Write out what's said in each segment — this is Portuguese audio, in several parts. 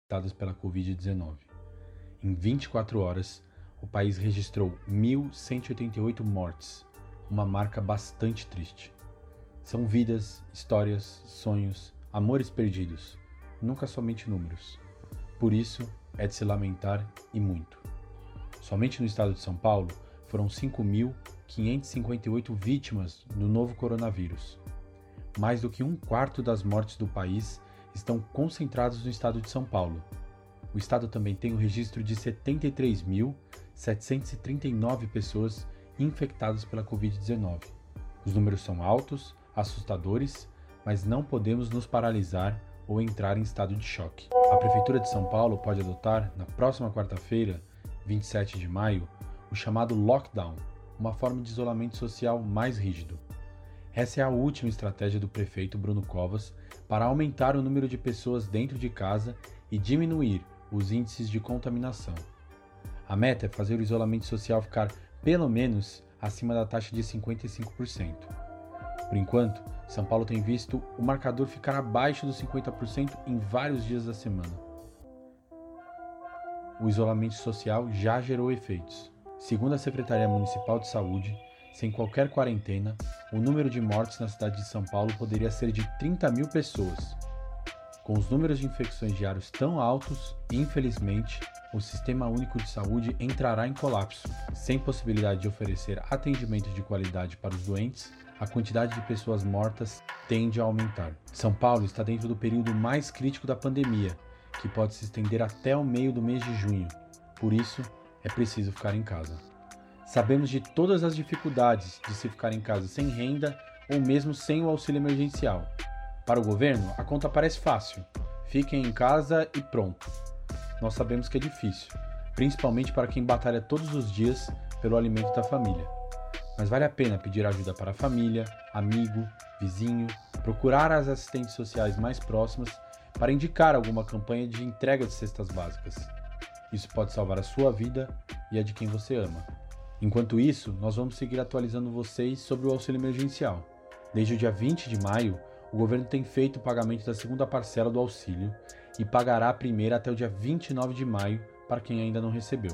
infectadas pela Covid-19. Em 24 horas, o país registrou 1.188 mortes, uma marca bastante triste. São vidas, histórias, sonhos, amores perdidos, nunca somente números. Por isso, é de se lamentar e muito. Somente no estado de São Paulo, foram 5.558 vítimas do novo coronavírus. Mais do que um quarto das mortes do país estão concentradas no estado de São Paulo. O estado também tem o registro de 73.739 pessoas infectadas pela Covid-19. Os números são altos, assustadores, mas não podemos nos paralisar ou entrar em estado de choque. A Prefeitura de São Paulo pode adotar, na próxima quarta-feira, 27 de maio, o chamado lockdown, uma forma de isolamento social mais rígido. Essa é a última estratégia do prefeito Bruno Covas para aumentar o número de pessoas dentro de casa e diminuir os índices de contaminação. A meta é fazer o isolamento social ficar, pelo menos, acima da taxa de 55%. Por enquanto, São Paulo tem visto o marcador ficar abaixo dos 50% em vários dias da semana. O isolamento social já gerou efeitos. Segundo a Secretaria Municipal de Saúde, sem qualquer quarentena, o número de mortes na cidade de São Paulo poderia ser de 30 mil pessoas. Com os números de infecções diários tão altos, infelizmente, o Sistema Único de Saúde entrará em colapso. Sem possibilidade de oferecer atendimento de qualidade para os doentes, a quantidade de pessoas mortas tende a aumentar. São Paulo está dentro do período mais crítico da pandemia, que pode se estender até o meio do mês de junho. Por isso, é preciso ficar em casa. Sabemos de todas as dificuldades de se ficar em casa sem renda ou mesmo sem o auxílio emergencial. Para o governo, a conta parece fácil. Fiquem em casa e pronto. Nós sabemos que é difícil, principalmente para quem batalha todos os dias pelo alimento da família. Mas vale a pena pedir ajuda para a família, amigo, vizinho, procurar as assistentes sociais mais próximas para indicar alguma campanha de entrega de cestas básicas. Isso pode salvar a sua vida e a de quem você ama. Enquanto isso, nós vamos seguir atualizando vocês sobre o auxílio emergencial. Desde o dia 20 de maio, o governo tem feito o pagamento da segunda parcela do auxílio e pagará a primeira até o dia 29 de maio para quem ainda não recebeu.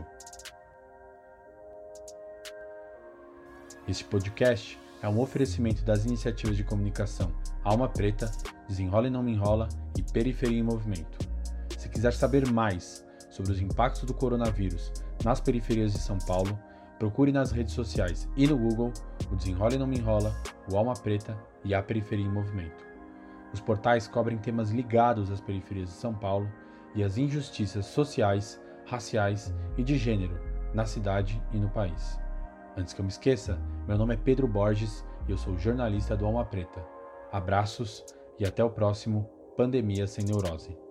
Este podcast é um oferecimento das iniciativas de comunicação Alma Preta, Desenrola e Não Me Enrola e Periferia em Movimento. Se quiser saber mais sobre os impactos do coronavírus nas periferias de São Paulo, procure nas redes sociais e no Google o Desenrola e Não Me Enrola, o Alma Preta e a Periferia em Movimento. Os portais cobrem temas ligados às periferias de São Paulo e às injustiças sociais, raciais e de gênero na cidade e no país. Antes que eu me esqueça, meu nome é Pedro Borges e eu sou jornalista do Alma Preta. Abraços e até o próximo Pandemia Sem Neurose.